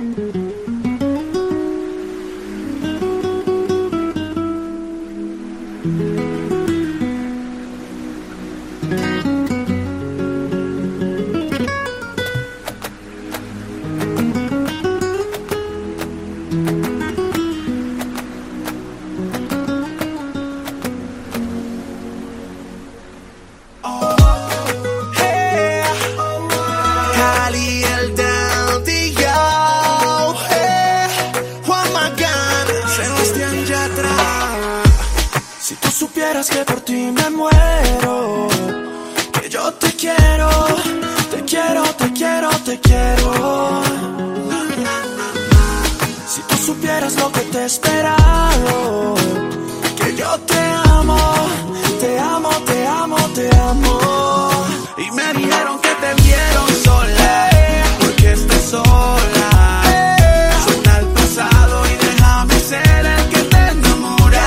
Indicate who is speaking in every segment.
Speaker 1: Que por ti me muero, que yo te quiero, te quiero, te quiero, te quiero. Si tú supieras lo que te he esperado, que yo te amo, te amo, te amo, te amo. Y me dijeron que te vieron sola, porque estás sola. Suelta el pasado y déjame ser el que te enamora.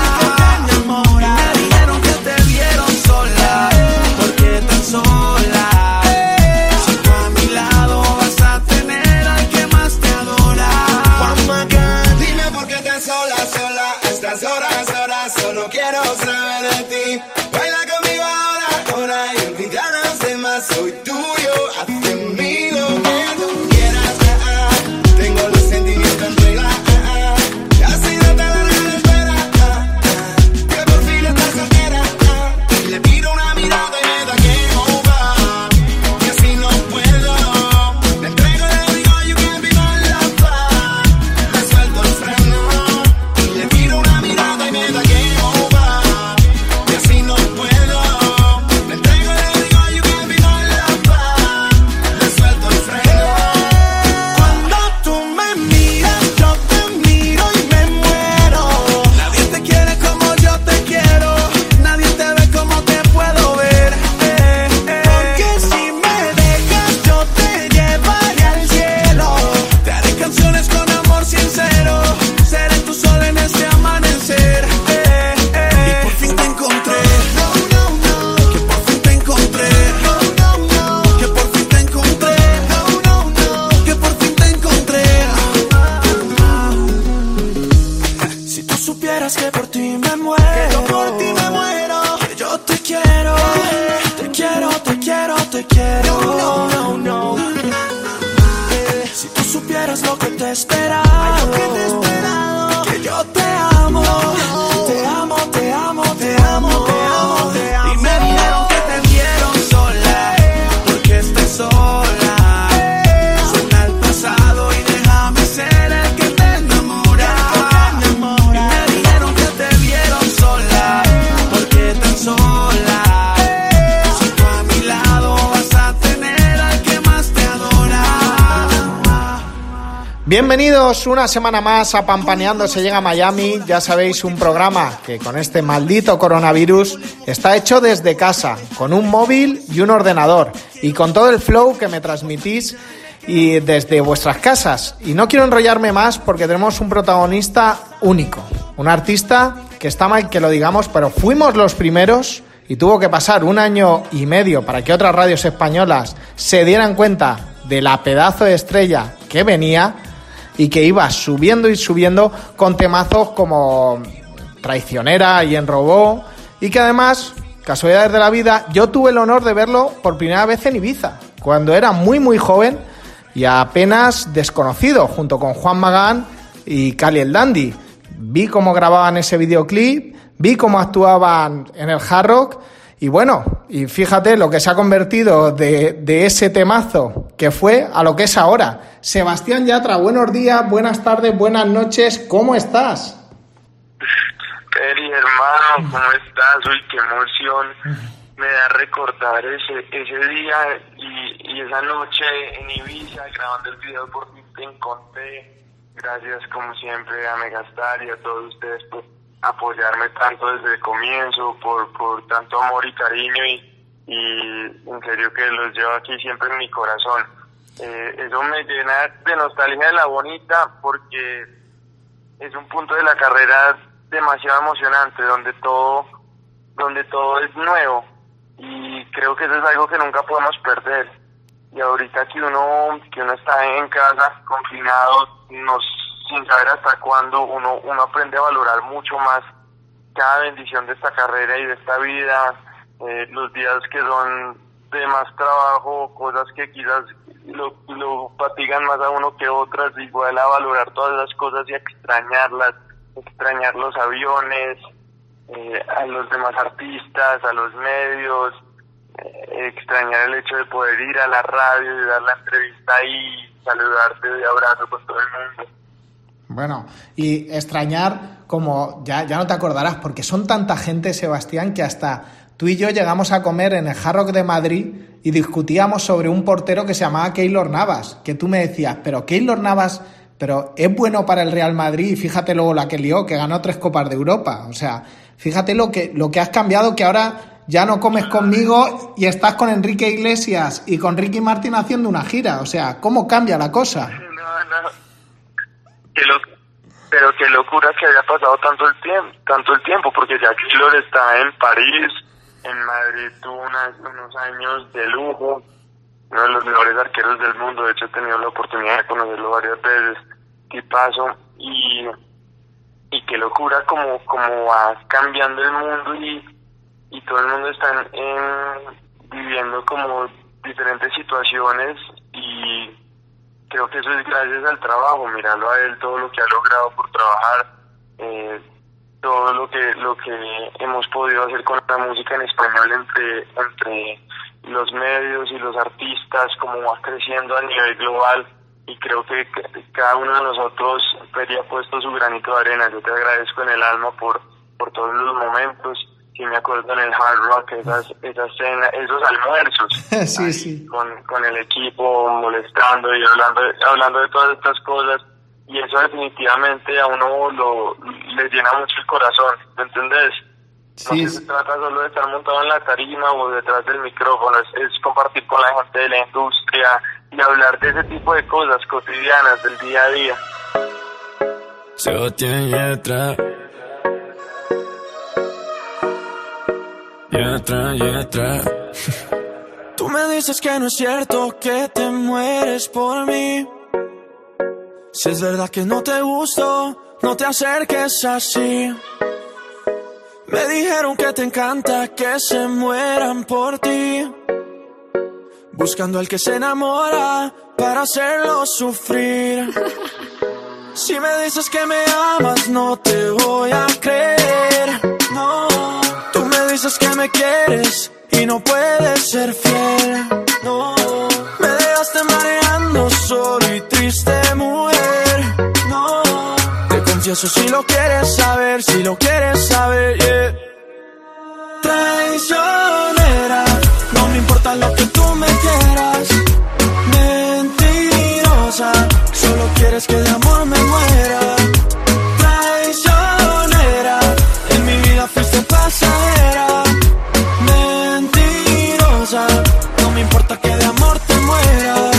Speaker 1: Sola, si tú a mi lado vas a tener al que más te adora. Juan, dime por qué estás sola, sola. Estas horas, solo quiero saber de ti. Baila conmigo ahora, y olvida a los demás. Soy tuyo, hazme lo que tú quieras. Tengo los sentimientos en regla. Así no te la espera. Que por fin estás soltera. Y le pido una mirada y me da que que por ti me muero, que yo por ti me muero, que yo te quiero, te quiero, te quiero, te quiero. No, no, no. Si tú supieras lo que te he esperado, que yo te amo, te amo, te amo, te amo, te amo, te amo. Y me dijeron que te vieron sola, porque estás sola. Suelta el pasado y déjame ser el que te enamora. Sola, si tú a mi lado vas a tener al que más te adora.
Speaker 2: Bienvenidos una semana más a Pampaneando se llega a Miami. Ya sabéis, un programa que con este maldito coronavirus está hecho desde casa, con un móvil y un ordenador, y con todo el flow que me transmitís y desde vuestras casas. Y no quiero enrollarme más porque tenemos un protagonista único, un artista que está mal que lo digamos, pero fuimos los primeros y tuvo que pasar 1 año y medio para que otras radios españolas se dieran cuenta de la pedazo de estrella que venía y que iba subiendo y subiendo con temazos como Traicionera y Enrobó, y que además, casualidades de la vida, yo tuve el honor de verlo por primera vez en Ibiza, cuando era muy muy joven y apenas desconocido, junto con Juan Magán y Cali el Dandy. Vi cómo grababan ese videoclip, vi cómo actuaban en el Hard Rock y bueno, y fíjate lo que se ha convertido de ese temazo que fue a lo que es ahora. Sebastián Yatra, buenos días, buenas tardes, buenas noches, ¿cómo estás?
Speaker 3: Peri, hermano, ¿cómo estás? Uy, qué emoción me da recordar ese día y esa noche en Ibiza grabando el video Por Ti Te Encontré. Gracias como siempre a Megastar y a todos ustedes por apoyarme tanto desde el comienzo, por tanto amor y cariño y en serio que los llevo aquí siempre en mi corazón. Eso me llena de nostalgia de la bonita porque es un punto de la carrera demasiado emocionante donde todo es nuevo y creo que eso es algo que nunca podemos perder. Y ahorita que uno está en casa, confinado, sin saber hasta cuándo, uno aprende a valorar mucho más cada bendición de esta carrera y de esta vida, los días que son de más trabajo, cosas que quizás lo fatigan más a uno que otras, igual a valorar todas las cosas y a extrañarlas, extrañar los aviones, a los demás artistas, a los medios, extrañar el hecho de poder ir a la radio y dar la entrevista y saludarte de abrazo con todo el mundo.
Speaker 2: Bueno, y extrañar, como ya no te acordarás, porque son tanta gente, Sebastián, que hasta tú y yo llegamos a comer en el Hard Rock de Madrid y discutíamos sobre un portero que se llamaba Keylor Navas, que tú me decías, pero Keylor Navas, pero es bueno para el Real Madrid, y fíjate luego la que lió, que ganó 3 Copas de Europa, o sea, fíjate lo que has cambiado, que ahora ya no comes conmigo y estás con Enrique Iglesias y con Ricky Martin haciendo una gira, o sea, ¿cómo cambia la cosa?
Speaker 3: No. Pero qué locura que haya pasado tanto el tiempo, porque ya Keylor está en París, en Madrid tuvo unos años de lujo, uno de los mejores arqueros del mundo, de hecho he tenido la oportunidad de conocerlo varias veces, tipazo, y qué locura como va cambiando el mundo y todo el mundo está viviendo como diferentes situaciones, y creo que eso es gracias al trabajo, mirarlo a él, todo lo que ha logrado por trabajar, todo lo que hemos podido hacer con la música en español entre los medios y los artistas, cómo va creciendo a nivel global, y creo que cada uno de nosotros ha puesto su granito de arena. Yo te agradezco en el alma por todos los momentos. Sí, me acuerdo en el Hard Rock, esa cena, esos almuerzos,
Speaker 2: sí.
Speaker 3: Con el equipo, molestando y hablando de todas estas cosas, y eso definitivamente a uno le llena mucho el corazón, ¿me entendés?
Speaker 2: Sí.
Speaker 3: No se trata solo de estar montado en la tarima o detrás del micrófono, es compartir con la gente de la industria y hablar de ese tipo de cosas cotidianas del día a día.
Speaker 1: Sebastián Yatra. Tú me dices que no es cierto, que te mueres por mí. Si es verdad que no te gusto, no te acerques así. Me dijeron que te encanta que se mueran por ti, buscando al que se enamora para hacerlo sufrir. Si me dices que me amas, no te voy a creer, no. Tú me dices que me quieres y no puedes ser fiel, no. Me dejaste mareando solo y triste, mujer, no. Te confieso si lo quieres saber, yeah. Traicionera, no me importa lo que tú me quieras. Mentirosa, solo quieres que de amor me muera. Traicionera, en mi vida fuiste pasajera. Mentirosa, no me importa que de amor te mueras.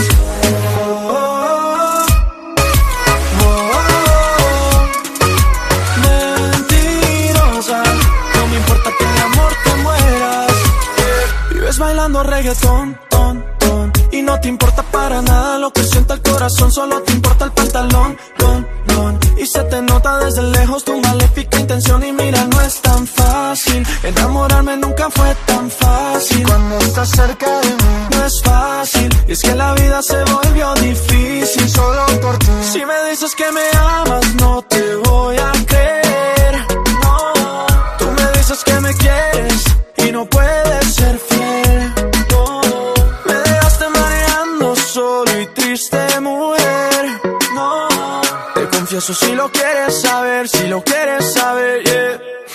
Speaker 1: Mentirosa, no me importa que de amor te mueras. Vives bailando reggaetón, y no te importa para nada lo que sienta el corazón, solo te importa el pantalón, y se te nota desde lejos tu maléfica intención. Y mira, no es tan fácil, enamorarme nunca fue tan fácil.
Speaker 4: Cuando estás cerca de mí
Speaker 1: no es fácil, y es que la vida se volvió difícil
Speaker 4: solo por ti.
Speaker 1: Si me dices que me amas, no te voy a creer, no. Tú me dices que me quieres y no puedes ser fiel, no. Me dejaste mareando solo y triste, mujer, no. Te confieso si lo quieres saber, yeah.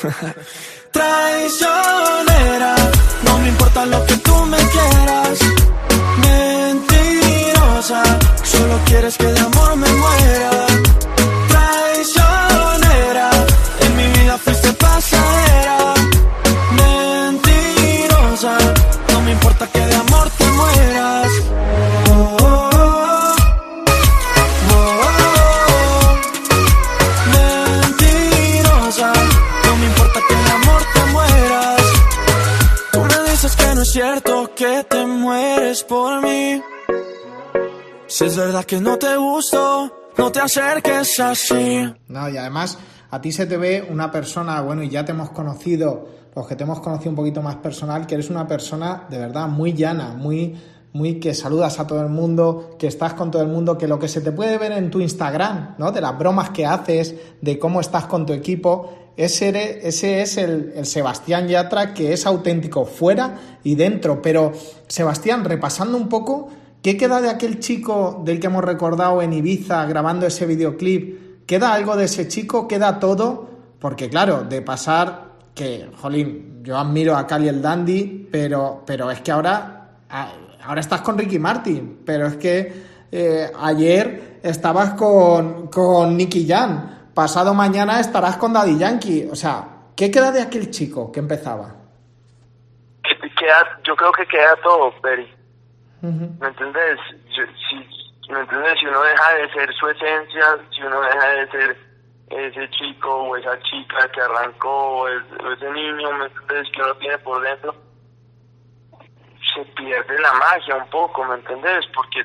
Speaker 1: Traicionera, no me importa lo que tú me quieras. Mentirosa, solo quieres que de amor me muera. Traicionera, en mi vida fuiste pasajera. Mentirosa, no me importa que de amor te mueras. Mentirosa, no me importa que de amor te mueras. Tú me dices que no es cierto, que te mueres por mí. Si es verdad que no te gusto, no te acerques así.
Speaker 2: No, y además a ti se te ve una persona, bueno, y ya te hemos conocido, los que te hemos conocido un poquito más personal, que eres una persona de verdad muy llana, muy que saludas a todo el mundo, que estás con todo el mundo, que lo que se te puede ver en tu Instagram, ¿no? De las bromas que haces, de cómo estás con tu equipo, ese es el Sebastián Yatra, que es auténtico fuera y dentro. Pero, Sebastián, repasando un poco, ¿qué queda de aquel chico del que hemos recordado en Ibiza grabando ese videoclip? ¿Queda algo de ese chico? ¿Queda todo? Porque claro, de pasar que, jolín, yo admiro a Cali el Dandy, pero es que ahora estás con Ricky Martin, pero es que ayer estabas con Nicky Jam, pasado mañana estarás con Daddy Yankee. O sea, ¿qué queda de aquel chico que empezaba?
Speaker 3: Yo creo que queda todo, Peri.
Speaker 2: Uh-huh.
Speaker 3: ¿Me entiendes? ¿Me entiendes? Si uno deja de ser su esencia, si uno deja de ser ese chico o esa chica que arrancó, o ese niño, ¿me entiendes? Que uno tiene por dentro, se pierde la magia un poco, ¿me entendés? Porque,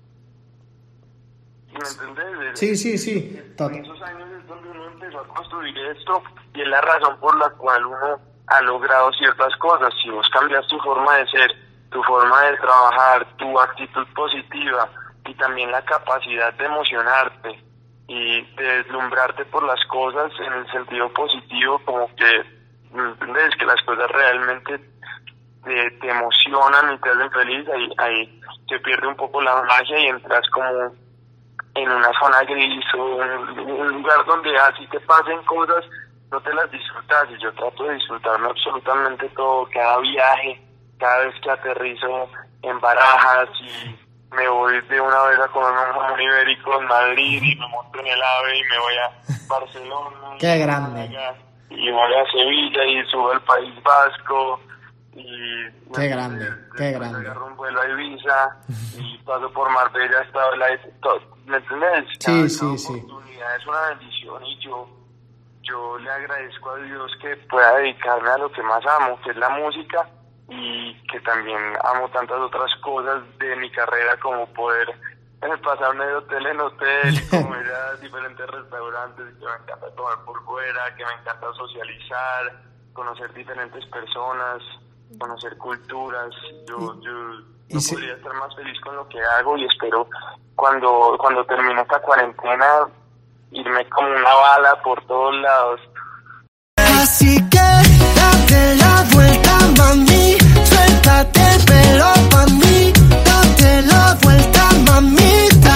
Speaker 3: ¿me entendés?
Speaker 2: Sí.
Speaker 3: En esos años es donde uno empezó a construir esto y es la razón por la cual uno ha logrado ciertas cosas. Si vos cambias tu forma de ser, tu forma de trabajar, tu actitud positiva y también la capacidad de emocionarte y de deslumbrarte por las cosas en el sentido positivo, como que, ¿me entendés? Que las cosas realmente te emocionan y te hacen feliz, ahí se pierde un poco la magia y entras como en una zona gris o un lugar donde así te pasen cosas, no te las disfrutas. Y yo trato de disfrutarme absolutamente todo, cada viaje, cada vez que aterrizo en Barajas y me voy de una vez a comerme un jamón ibérico en Madrid y me monto en el AVE y me voy a Barcelona.
Speaker 2: ¡Qué grande!
Speaker 3: Y voy a Sevilla y subo al País Vasco. Y
Speaker 2: qué grande.
Speaker 3: Agarro un vuelo a Ibiza y paso por Marbella hasta ¿me entiendes?
Speaker 2: Sí.
Speaker 3: Oportunidad es una bendición y yo le agradezco a Dios que pueda dedicarme a lo que más amo, que es la música, y que también amo tantas otras cosas de mi carrera, como poder pasarme de hotel en hotel y comer a diferentes restaurantes, que me encanta comer por fuera, que me encanta socializar, conocer diferentes personas, conocer culturas. Yo no podría estar más feliz con lo que hago y espero cuando termine esta cuarentena irme como una bala por todos lados.
Speaker 1: Así que date la vuelta, mami, suéltate el pelo pa' mí, date la vuelta, mamita.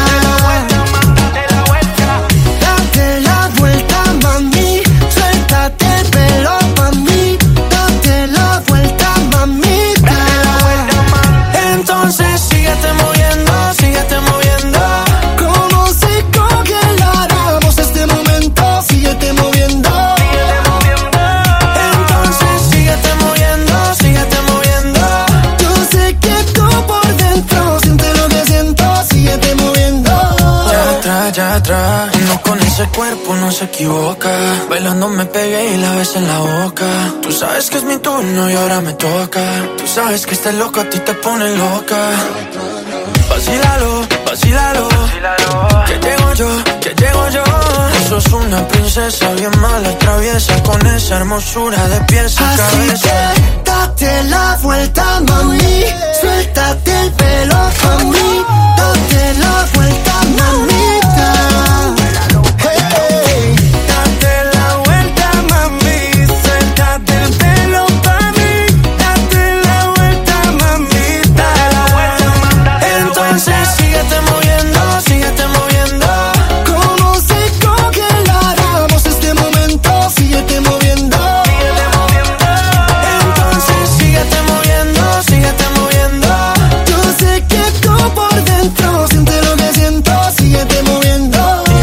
Speaker 1: Date la vuelta, mami, suéltate el pelo pa' mí, date la vuelta, mamita. Entonces síguete moviendo, síguete moviendo, como si congeláramos este momento, síguete moviendo. Entonces síguete moviendo, síguete moviendo. Yo sé que tú por dentro sientes lo que siento, síguete moviendo. Ya atrás, uno con ese cuerpo no se equivoca. Bailando me pegué y la besé en la boca. Tú sabes que es mi turno y ahora me toca. Tú sabes que este loco a ti te pone loca. Vacílalo, vacílalo, que llego yo. Tú sos una princesa bien mala, traviesa, con esa hermosura de pies a cabeza. Así que date la vuelta, mami, suéltate el pelo pa' mí, date la vuelta, mamita. Hey, date la vuelta, mami, suéltate el pelo pa' mí, date la vuelta, mamita. Entonces síguete moviendo, síguete moviendo, como si congeláramos este momento, síguete moviendo. Entonces síguete moviendo, síguete moviendo. Yo sé que tú por dentro sientes lo que siento, síguete moviendo.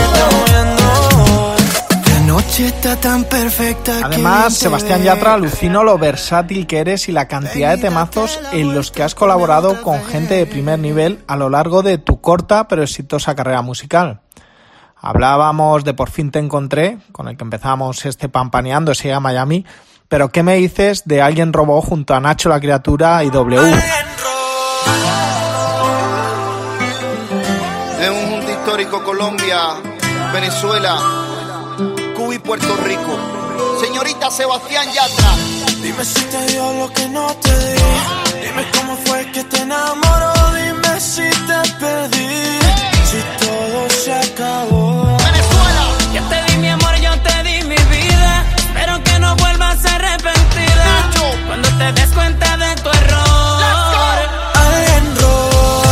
Speaker 1: La noche está tan perfecta.
Speaker 2: Además, Sebastián Yatra, alucino lo versátil que eres y la cantidad de temazos en los que has colaborado con gente de primer nivel a lo largo de tu corta pero exitosa carrera musical. Hablábamos de Por fin te encontré, con el que empezamos este Pampaneando, se llama Miami, pero ¿qué me dices de Alguien robó junto a Nacho la Criatura y W?
Speaker 5: histórico Colombia, Venezuela, Cuba y Puerto Rico. Señorita Sebastián Yatra.
Speaker 1: Dime si te dio lo que no te di. Dime cómo fue que te enamoró. Dime si te perdí. Si todo se acabó.
Speaker 5: Venezuela.
Speaker 6: Yo te di mi amor, yo te di mi vida. Espero que no vuelvas arrepentida cuando te des cuenta de tu error.
Speaker 1: Alguien robó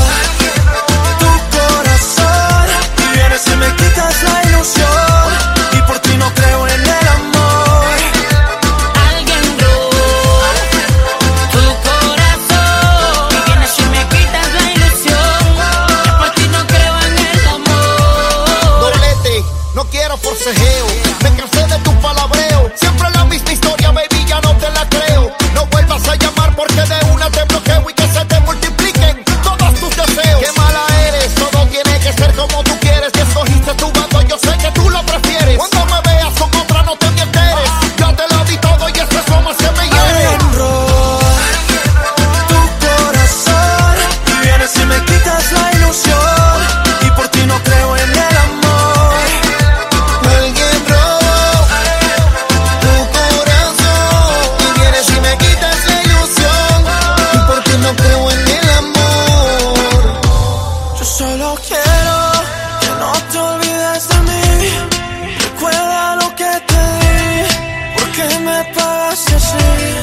Speaker 1: tu corazón y vienes y me quitas la ilusión. Y por ti no creo en el amor.
Speaker 6: Alguien robó tu corazón y vienes y me quitas la ilusión. Y por ti no creo en el amor.
Speaker 5: Doblete, no quiero forcejeo. Me cansé de tu palabreo. Siempre la misma historia, baby, ya no te la creo. No vuelvas a llamar porque de una te bloqueo y que se te multipliquen todos tus deseos. Qué mala eres, todo tiene que ser como tú quieres. Que escogiste tu bando, yo sé que tú lo prefieres. Cuando me veas con otra no te me enteres. Yo te lo di todo y eso es lo más que me hiere.
Speaker 1: Alguien robó tu corazón y vienes y me quitas la ilusión. Y por ti no creo en el amor.
Speaker 5: Alguien robó tu corazón y vienes y me quitas la ilusión. Y por ti no creo en el amor.
Speaker 1: Yo solo quiero que no te olvides de mí. Recuerda lo que te di. ¿Por qué me pagaste así?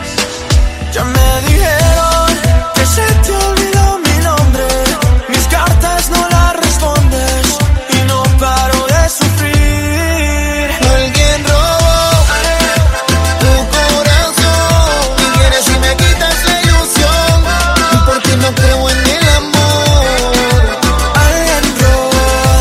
Speaker 1: Ya me dijeron que se te olvidó mi nombre. Mis cartas no las respondes y no paro de sufrir.
Speaker 5: Alguien robó tu corazón y vienes y me quitas la ilusión. Y por ti no creo en el amor.
Speaker 1: Alguien robó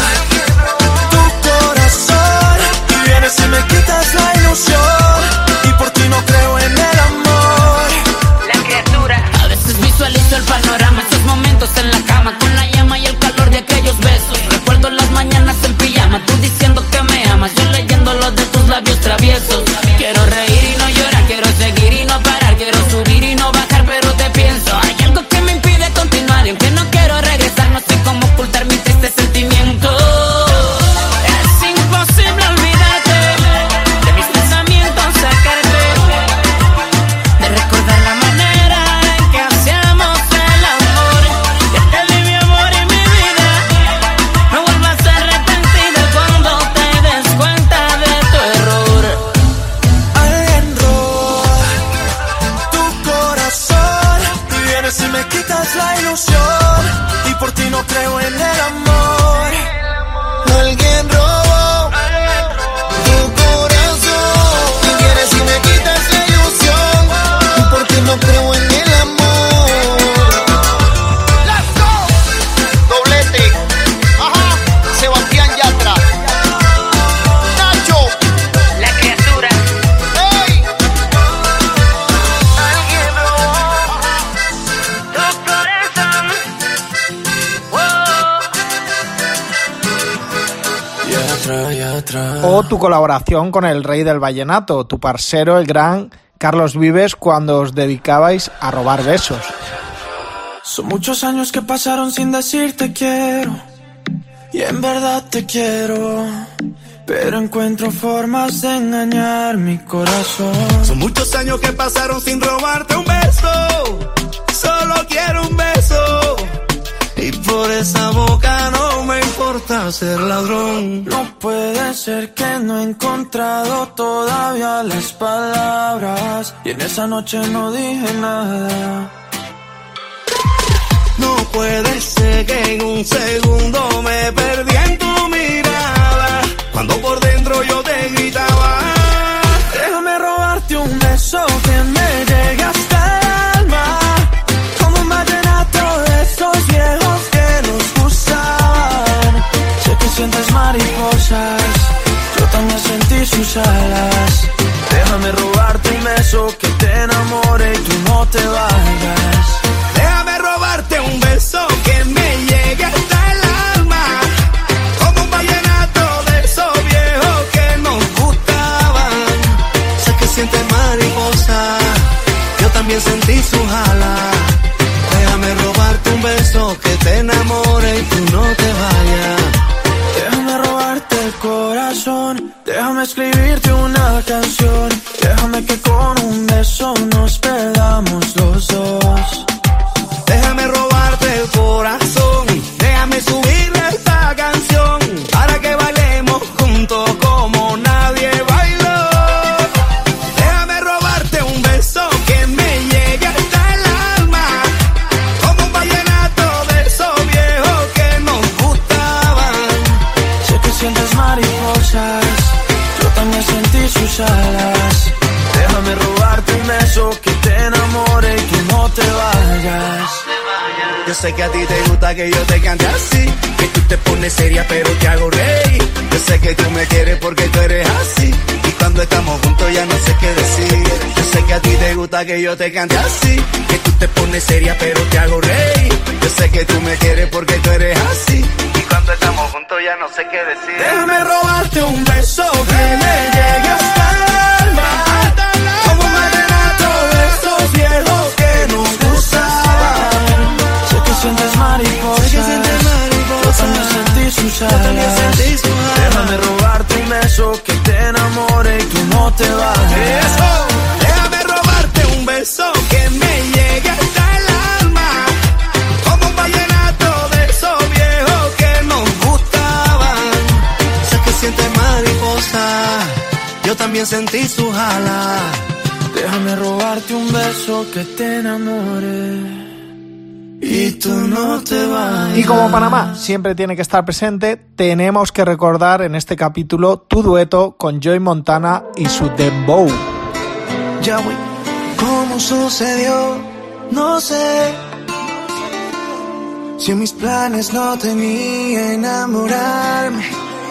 Speaker 1: tu corazón y vienes y me quitas la ilusión. Y por ti no creo en el amor.
Speaker 6: La criatura. A veces visualizo el panorama, esos momentos en la cama con la llama y el calor de aquellos besos. Recuerdo las mañanas en pijama, tú diciendo que me amas, yo leyendo los de tus labios traviesos. Quiero reír y no llorar, quiero seguir y no parar, quiero subir y no bajar, pero te pienso. Hay algo que me impide continuar y aunque no quiero regresar, no sé cómo ocultar mi triste sentimiento. Es imposible olvidarte de mis pensamientos, sacarte de recordar la manera en que hacíamos el amor. Ya te di mi amor y mi vida. No vuelvas arrepentida cuando te des cuenta de tu error.
Speaker 1: Alguien robó tu corazón y vienes y me quitas la ilusión. Y por ti no creo en el amor.
Speaker 5: Alguien robó tu corazón y vienes y me quitas la ilusión. Y por ti no creo en el amor. Let's go. Doblete. Ajá. Sebastián Yatra. Nacho.
Speaker 6: La criatura.
Speaker 5: Hey.
Speaker 6: Alguien robó tu corazón.
Speaker 2: O tu colaboración con el rey del vallenato, tu parcero, el gran Carlos Vives, cuando os dedicabais a robar besos.
Speaker 1: Son muchos años que pasaron sin decirte quiero. Y en verdad te quiero. Pero encuentro formas de engañar mi corazón.
Speaker 7: Son muchos años que pasaron sin robarte un beso. Solo quiero un beso. Y por esa boca no me importa ser ladrón.
Speaker 1: No puede ser que no he encontrado todavía las palabras. Y en esa noche no dije nada.
Speaker 7: No puede ser que en un segundo me perdí en tu mirada. Cuando por dentro yo te gritaba.
Speaker 1: Déjame robarte un beso que me llegue hasta el alma. Como un vallenato de esos viejos que nos gustaban. Sé que sientes mariposas, yo también sentí sus alas. Déjame robarte un beso que te enamore y tú no te vayas.
Speaker 7: Déjame robarte un beso que me llegue hasta el alma. Como un vallenato de esos viejos que nos gustaban. Sé que sientes mariposa, yo también sentí sus alas. Déjame robarte un beso que te enamore y tú no te vayas. Déjame escribirte una canción. Déjame que con un beso nos perdamos los dos. Déjame robarte el corazón. Déjame subirle esta canción para que bailemos juntos como nadie bailó. Déjame robarte un beso que me llegue hasta el alma, como un vallenato de esos viejos que nos gustaban. Sé que sientes mariposas, yo también sentí sus alas. Déjame robarte un beso que te enamore y que no te vayas. Yo sé que a ti te gusta que yo te cante así, que tú te pones seria pero te hago reír. Yo sé que tú me quieres porque tú eres así, y cuando estamos juntos ya no sé qué decir. Yo sé que a ti te gusta que yo te cante así, que tú te pones seria pero te hago reír. Yo sé que tú me quieres porque tú eres así, y cuando estamos juntos ya no sé qué decir. Déjame robarte un beso que me llegue hasta el alma, como un vallenato de esos viejos que nos gustaban. Sé que sientes mariposas, yo también sentí sus alas. Déjame robarte un beso que te enamore y tú no te vayas. Déjame robarte un beso que me llegue hasta el alma, como un vallenato de esos viejos que nos gustaban. Sé que sientes mariposa, yo también sentí sus alas. Déjame robarte un beso que te enamore y tú no te vas.
Speaker 2: Y como Panamá siempre tiene que estar presente, tenemos que recordar en este capítulo tu dueto con Joey Montana y su Dembow.
Speaker 7: Ya voy. ¿Cómo sucedió? No sé. Si en mis planes no tenía enamorarme.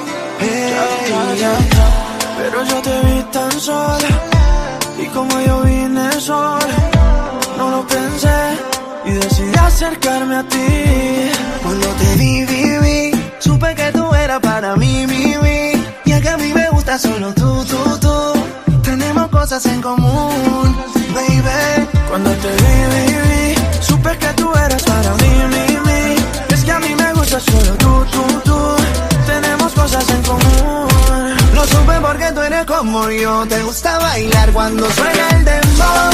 Speaker 7: Pero yo te vi tan sola, y como yo vine sola, no lo pensé y decidí acercarme a ti. Cuando te vi, supe que tú eras para mí, y es que a mí me gusta solo tú. Tenemos cosas en común, baby. Cuando te vi, supe que tú eras para mí, es que a mí me gusta solo tú. Tenemos cosas en común. Lo supe porque tú eres como yo, te gusta bailar cuando suena el dembow.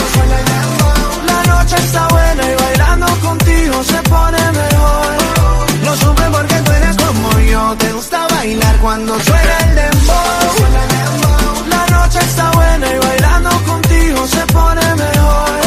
Speaker 7: La noche está buena y bailando contigo se pone mejor. Lo supe porque tú eres como yo, te gusta bailar cuando suena el dembow. La noche está buena y bailando contigo se pone mejor.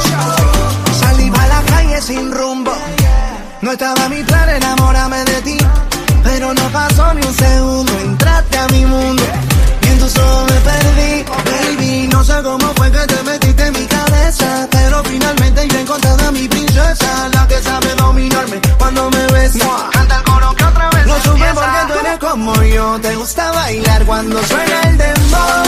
Speaker 7: Salí pa' la calle sin rumbo, no estaba mi plan enamorarme de ti, pero no pasó ni un segundo, entraste a mi mundo y en tus ojos me perdí, baby. No sé cómo fue que te metiste en mi cabeza, pero finalmente yo he encontrado a mi princesa, la que sabe dominarme cuando me besa. Canta el coro que otra vez. Lo supe porque tú eres como yo, te gusta bailar cuando suena el dembow.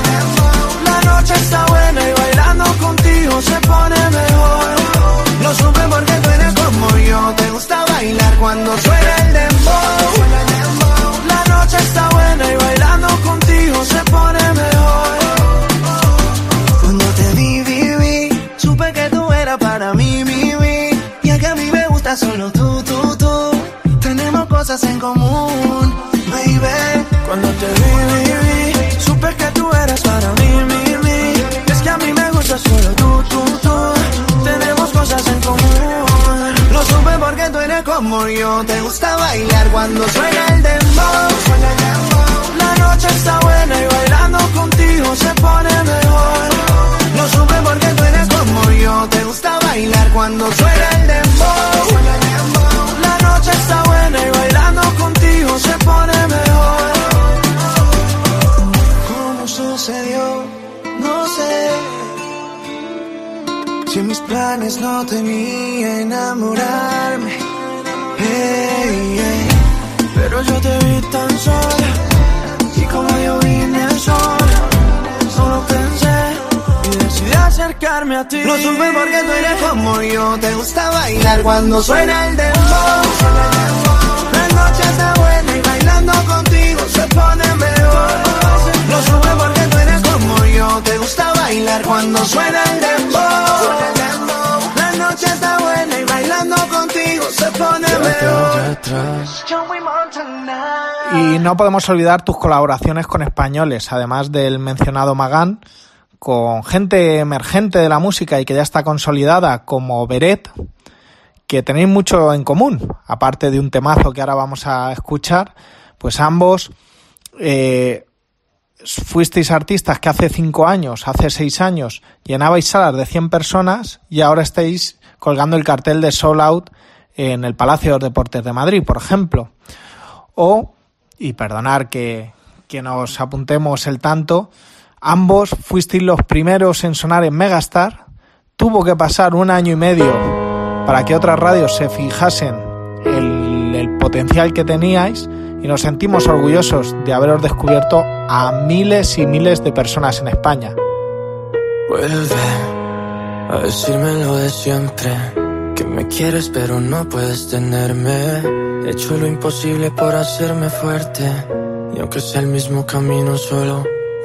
Speaker 7: La noche está buena y bailando contigo se pone mejor. Lo supe porque tú eres como yo, te gusta bailar cuando suena el dembow. La noche está buena y bailando contigo se pone mejor. Cuando te vi, supe que tú eras para mí, y es que a mí me gusta solo tú. Tenemos cosas en común, baby. Cuando te vi, supe que tú eras para mí, es que a mí me gusta solo tú. Tenemos cosas en común. Lo supe porque tú eres como yo, te gusta bailar cuando suena el dembow. La noche está buena y bailando contigo se pone mejor. Lo supe porque tú eres como yo, te gusta bailar cuando suena el dembow. La noche está buena y bailando contigo se pone mejor. ¿Cómo sucedió? No sé. Si en mis planes no tenía enamorarme, pero yo te vi tan sola, y como yo vine sola, solo pensé y decidí acercarme a ti. Lo supe porque tú eres como yo, te gusta bailar cuando suena el dembow. La noche está buena y bailando contigo se pone mejor. Lo supe porque tú eres como yo, te gusta bailar cuando suena el dembow. La noche está buena y bailando contigo se pone mejor. Joey Montana.
Speaker 2: Y no podemos olvidar tus colaboraciones con españoles, además del mencionado Magán, con gente emergente de la música y que ya está consolidada como Beret, que tenéis mucho en común, aparte de un temazo que ahora vamos a escuchar, pues ambos fuisteis artistas que hace 5 años, hace 6 años, llenabais salas de 100 personas y ahora estáis colgando el cartel de Sold Out en el Palacio de los Deportes de Madrid, por ejemplo. O, y perdonar que nos apuntemos el tanto, ambos fuisteis los primeros en sonar en Megastar. Tuvo que pasar 1 año y medio para que otras radios se fijasen el potencial que teníais, y nos sentimos orgullosos de haberos descubierto a miles y miles de personas en España.
Speaker 8: Vuelve a decirme lo de siempre, que me quieres pero no puedes tenerme. He hecho lo imposible por hacerme fuerte, y aunque sea el mismo camino solo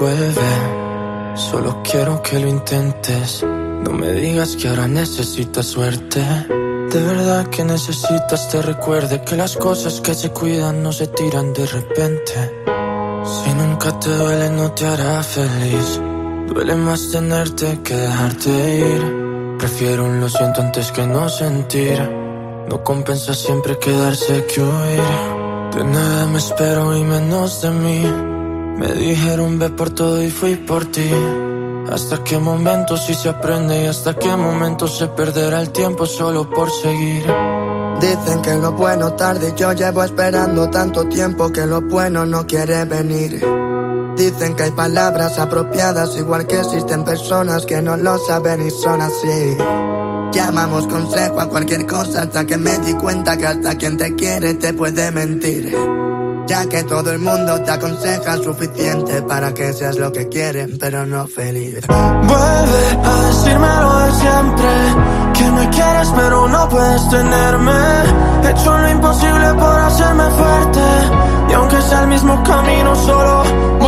Speaker 8: vuelve. Solo quiero que lo intentes, no me digas que ahora necesitas suerte. De verdad que necesitas te recuerde que las cosas que se cuidan no se tiran de repente. Si nunca te duele no te hará feliz, duele más tenerte que dejarte ir. Prefiero un lo siento antes que no sentir, no compensa siempre quedarse que huir. De nada me espero y menos de mí, me dijeron ve por todo y fui por ti. Hasta qué momento sí se aprende y hasta qué momento se perderá el tiempo solo por seguir.
Speaker 1: Dicen que lo bueno tarde, yo llevo esperando tanto tiempo que lo bueno no quiere venir. Dicen que hay palabras apropiadas, igual que existen personas que no lo saben y son así. Llamamos consejo a cualquier cosa hasta que me di cuenta que hasta quien te quiere te puede mentir. Ya que todo el mundo te aconseja suficiente para que seas lo que quieren, pero no feliz.
Speaker 8: Vuelve a decirme lo de siempre, que me quieres pero no puedes tenerme. He hecho lo imposible por hacerme fuerte, y aunque sea el mismo camino solo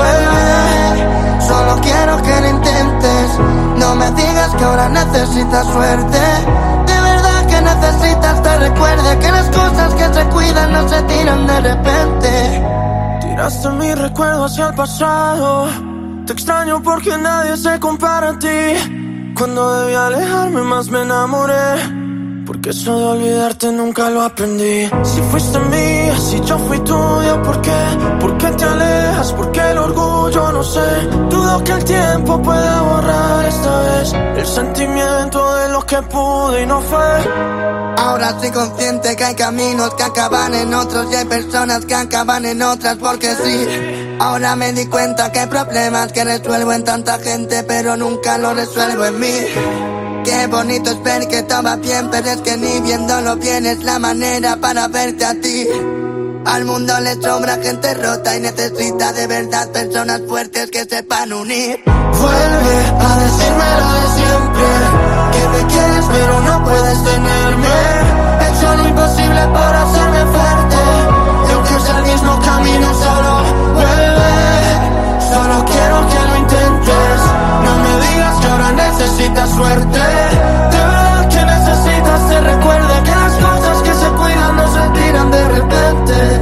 Speaker 8: vuelve.
Speaker 1: Solo quiero que lo intentes, no me digas que ahora necesitas suerte. De verdad que necesitas te recuerde que las cosas que se cuidan no se tiran de repente.
Speaker 8: Tiraste mi recuerdo hacia el pasado, te extraño porque nadie se compara a ti. Cuando debí alejarme más me enamoré, porque eso de olvidarte nunca lo aprendí. Si fuiste mía, si yo fui tuya, ¿por qué? ¿Por qué te alejas? ¿Por qué el orgullo? No sé. Dudo que el tiempo pueda borrar esta vez el sentimiento de lo que pude y no fue.
Speaker 1: Ahora estoy consciente que hay caminos que acaban en otros y hay personas que acaban en otras porque sí. Ahora me di cuenta que hay problemas que resuelvo en tanta gente pero nunca lo resuelvo en mí. Qué bonito es ver que todo va bien, pero es que ni viéndolo bien es la manera para verte a ti. Al mundo le sobra gente rota y necesita de verdad personas fuertes que sepan unir.
Speaker 8: Vuelve a decirme lo de siempre, que me quieres pero no puedes tenerme. He hecho lo imposible por hacerme fuerte, y aunque sea el mismo camino solo vuelve. Solo quiero que lo intentes, no me digas que ahora necesitas suerte. De verdad que necesitas te recuerde que las cosas que se cuidan no se tiran de repente.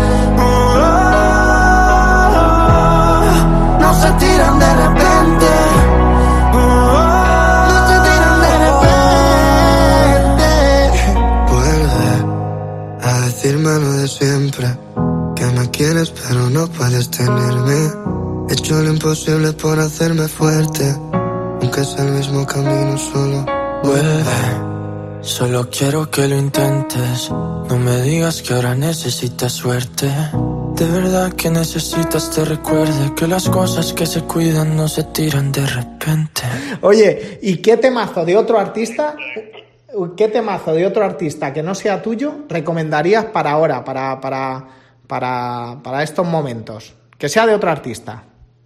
Speaker 8: No se tiran de repente. No se tiran de repente.
Speaker 1: Vuelve a decirme lo de siempre, que me quieres pero no puedes tenerme. He hecho lo imposible por hacerme fuerte, aunque sea el mismo camino solo
Speaker 8: vuelve. Solo quiero que lo intentes, no me digas que ahora necesitas suerte. De verdad que necesitas te recuerde que las cosas que se cuidan no se tiran de repente.
Speaker 2: Oye, ¿y qué temazo de otro artista, que no sea tuyo recomendarías para ahora, para estos momentos? Que sea de otro artista.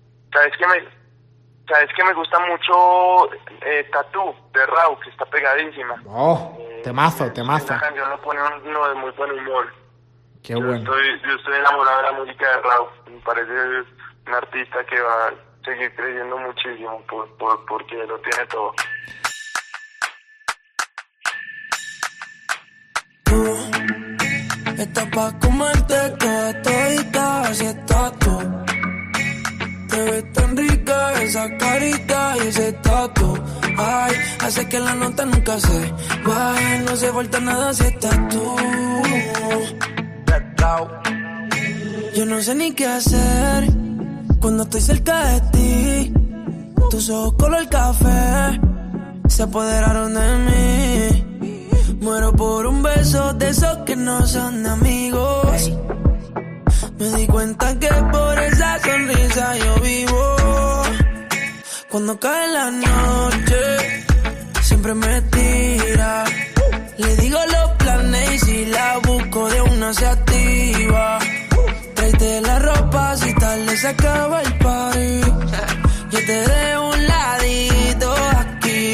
Speaker 3: ¿Sabes que me gusta mucho Tatú de Rauw, que está pegadísima?
Speaker 2: Oh, temazo.
Speaker 3: Esa canción lo pone uno de muy buen humor.
Speaker 2: Qué bueno.
Speaker 3: Yo estoy enamorado de la música de Rauw. Me parece un artista que va a seguir creciendo muchísimo porque lo tiene todo.
Speaker 8: Estás pa' comerte toda todita, así estás tú. Te ves tan rica esa carita y ese tatu. Ay, hace que la nota nunca se baje. No se falta nada si estás tú. Yo no sé ni qué hacer cuando estoy cerca de ti. Tus ojos color café se apoderaron de mí. Muero por un beso de esos que no son de amigos. Me di cuenta que por esa sonrisa yo vivo. Cuando cae la noche, siempre me tira. Le digo los planes y si la busco de una se activa. Tráete la ropa si tarde se acaba el party. Yo te dejo un ladito aquí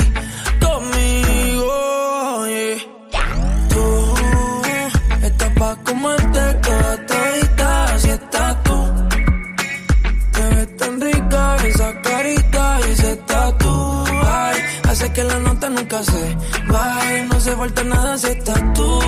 Speaker 8: conmigo, yeah. Tú estás pa' comerte toda todita, así estás tú. Te ves tan rica esa carita y ese tatu. Ay, hace que la nota nunca se baje. No se falta nada si estás tú.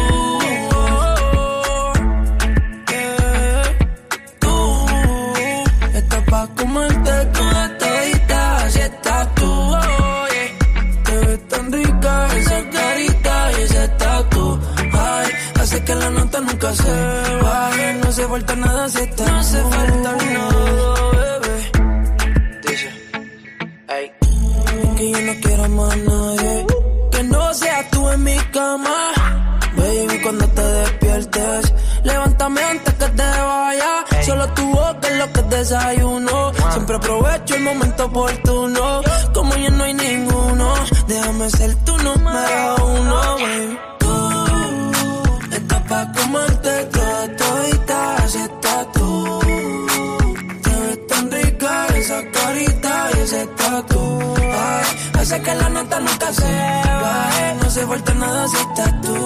Speaker 8: Tú estás pa' comerte toda todita, así estás tú. Oh, yeah. Te ves tan rica esa carita y ese tatu. Ay, hace que la nota nunca se baje. No se falta nada si estás tú. No se falta nada, bebé. Dice, ay, que yo no quiero más nadie que no seas tú en mi cama. Baby, cuando te despiertes, levántame antes que te vayas. Solo tu boca es lo que desayuno. Siempre aprovecho el momento oportuno. Como ya no hay ninguno, déjame ser tu número uno, baby. Tú estás pa' comerte toda todita, así estás tú. Te ves tan rica esa carita y ese tatu. Ay, hace que la nota nunca se baje. No se falta nada si estás tú.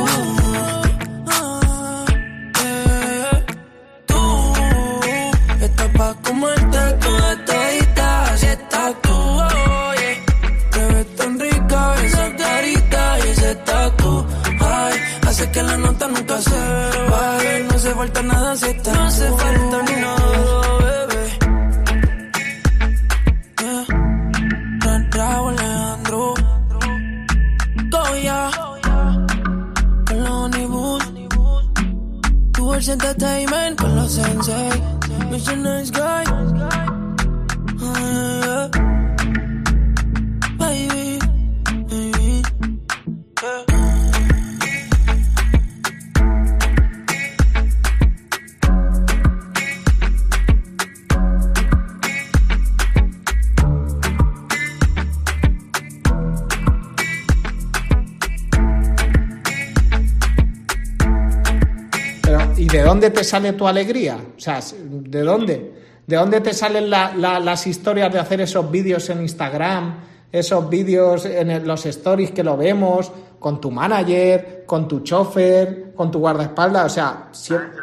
Speaker 8: Tú estás pa' comerte toda todita, así estás tú. Oh, yeah. Te ves tan rica esa carita y ese tatu. Ay, hace que la nota nunca se baje. No se falta nada si estás tú. No se falta nada, bebé. Raúl Alejandro Goya con los Honeywood, Tours Entertainment con los Sensei, Mr. Nice Guy, baby, baby, yeah.
Speaker 2: ¿Y de dónde te sale tu alegría? O sea, ¿de dónde? ¿De dónde te salen las historias de hacer esos vídeos en Instagram, esos vídeos en los stories que lo vemos, con tu manager, con tu chofer, con tu guardaespaldas? O sea, siempre...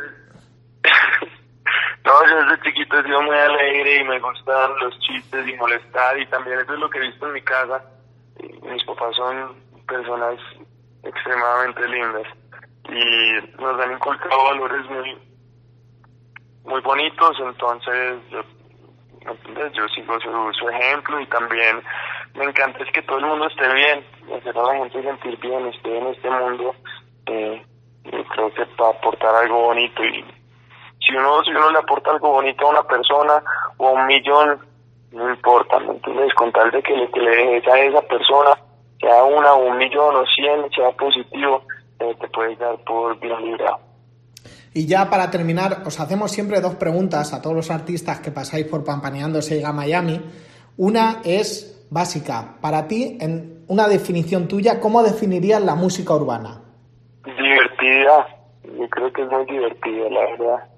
Speaker 3: No, yo desde chiquito he sido muy alegre y me gustan los chistes y molestar, y también eso es lo que he visto en mi casa. Mis papás son personas extremadamente lindas y nos han inculcado valores muy bonitos, entonces yo sigo su ejemplo, y también me encanta es que todo el mundo esté bien, hacer a la gente sentir bien, esté en este mundo. Yo creo que para aportar algo bonito, y si uno le aporta algo bonito a una persona o a 1 millón, no importa, ¿me entiendes? Con tal de que le dejes a esa persona, sea 1 o 1 millón o 100, sea positivo, te puedes dar por bien librado.
Speaker 2: Y ya para terminar, os hacemos siempre 2 preguntas a todos los artistas que pasáis por Pampaneando se llega a Miami. Una es básica. Para ti, en una definición tuya, ¿cómo definirías la música urbana?
Speaker 3: Divertida. Yo creo que es muy divertida, la verdad.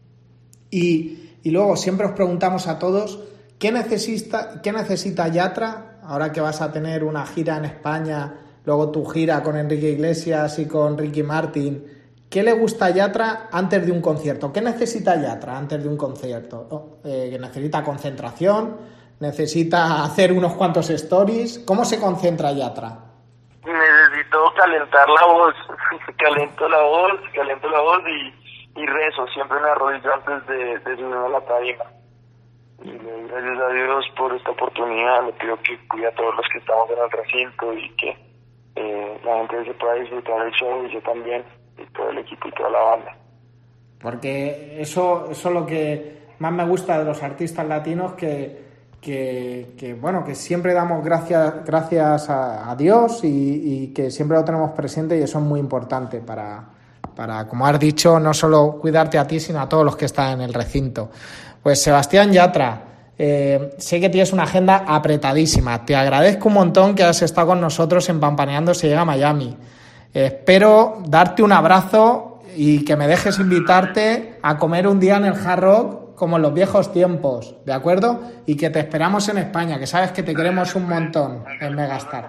Speaker 2: Y luego siempre os preguntamos a todos, ¿qué necesita Yatra ahora que vas a tener una gira en España, luego tu gira con Enrique Iglesias y con Ricky Martin? ¿Qué le gusta a Yatra antes de un concierto? ¿Qué necesita Yatra antes de un concierto? ¿Necesita concentración? ¿Necesita hacer unos cuantos stories? ¿Cómo se concentra Yatra?
Speaker 3: Necesito calentar la voz. caliento la voz y rezo, siempre me arrodillo antes de subir a la tarima. Y le doy gracias a Dios por esta oportunidad, le pido que cuide a todos los que estamos en el recinto y que la gente se pueda disfrutar del show y yo también, y todo el equipo y toda la banda.
Speaker 2: Porque eso es lo que más me gusta de los artistas latinos, que bueno, que siempre damos gracias a Dios y que siempre lo tenemos presente, y eso es muy importante para, como has dicho, no solo cuidarte a ti, sino a todos los que están en el recinto. Pues Sebastián Yatra, sé que tienes una agenda apretadísima. Te agradezco un montón que has estado con nosotros en Pampaneando se llega a Miami. Espero darte un abrazo y que me dejes invitarte a comer un día en el Hard Rock como en los viejos tiempos, ¿de acuerdo? Y que te esperamos en España, que sabes que te queremos un montón en Megastar.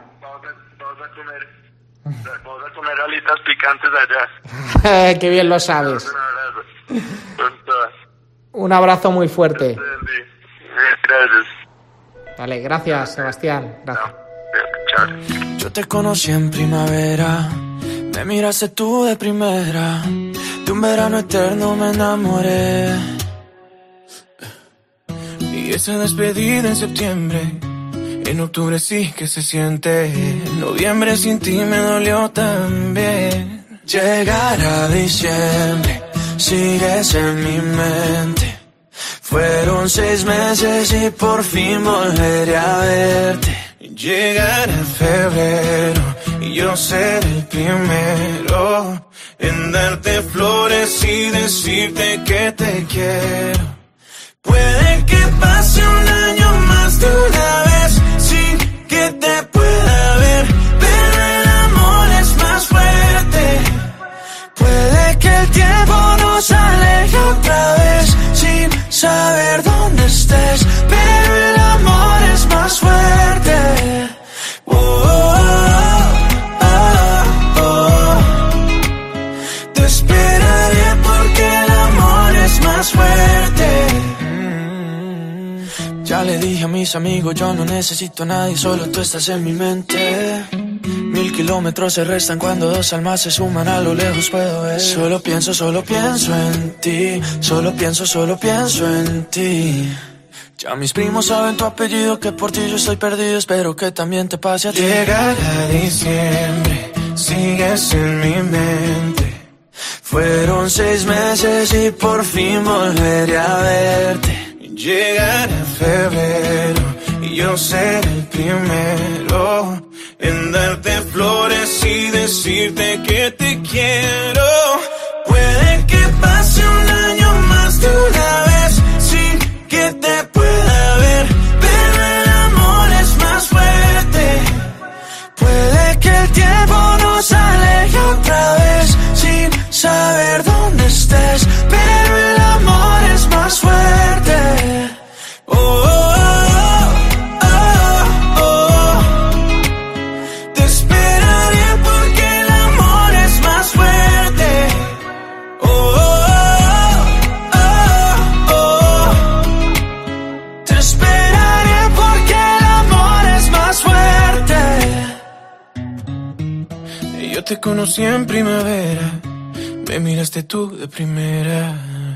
Speaker 3: Vamos a comer alitas picantes allá.
Speaker 2: Qué bien lo sabes. Un abrazo muy fuerte.
Speaker 3: Gracias.
Speaker 2: Vale, gracias, Sebastián. Gracias.
Speaker 3: Chao.
Speaker 8: Yo te conocí en primavera, me miraste tú de primera, de un verano eterno me enamoré. Y esa despedida en septiembre, en octubre sí que se siente, en noviembre sin ti me dolió también. Llegar a diciembre, sigues en mi mente. Fueron 6 meses y por fin volveré a verte. Llegar a febrero y yo ser el primero en darte flores y decirte que te quiero. Puede que pase un año más de una vez sin que te pueda ver, pero el amor es más fuerte. Puede que el tiempo nos aleje otra vez sin saber dónde estés, pero el amor es más fuerte. Oh, oh, oh, oh. Te esperaré porque el amor es más fuerte. Ya le dije a mis amigos, yo no necesito a nadie, solo tú estás en mi mente. 1000 kilómetros se restan cuando 2 almas se suman, a lo lejos puedo ver. Solo pienso en ti, solo pienso en ti. Ya mis primos saben tu apellido, que por ti yo estoy perdido, espero que también te pase a ti. Llegará diciembre, sigues en mi mente. Fueron 6 meses y por fin volveré a verte. Llegará febrero y yo seré el primero en darte flores y decirte que te quiero. Puede que pase un año más de una vez sin que te pueda ver, pero el amor es más fuerte. Puede que el tiempo nos aleje otra vez sin saber dónde estés, pero el amor es más fuerte. Oh, oh, oh, oh. Te esperaré porque el amor es más fuerte. Oh, oh, oh, oh. Te esperaré porque el amor es más fuerte. Yo te conocí en primavera, me miraste tú de primera.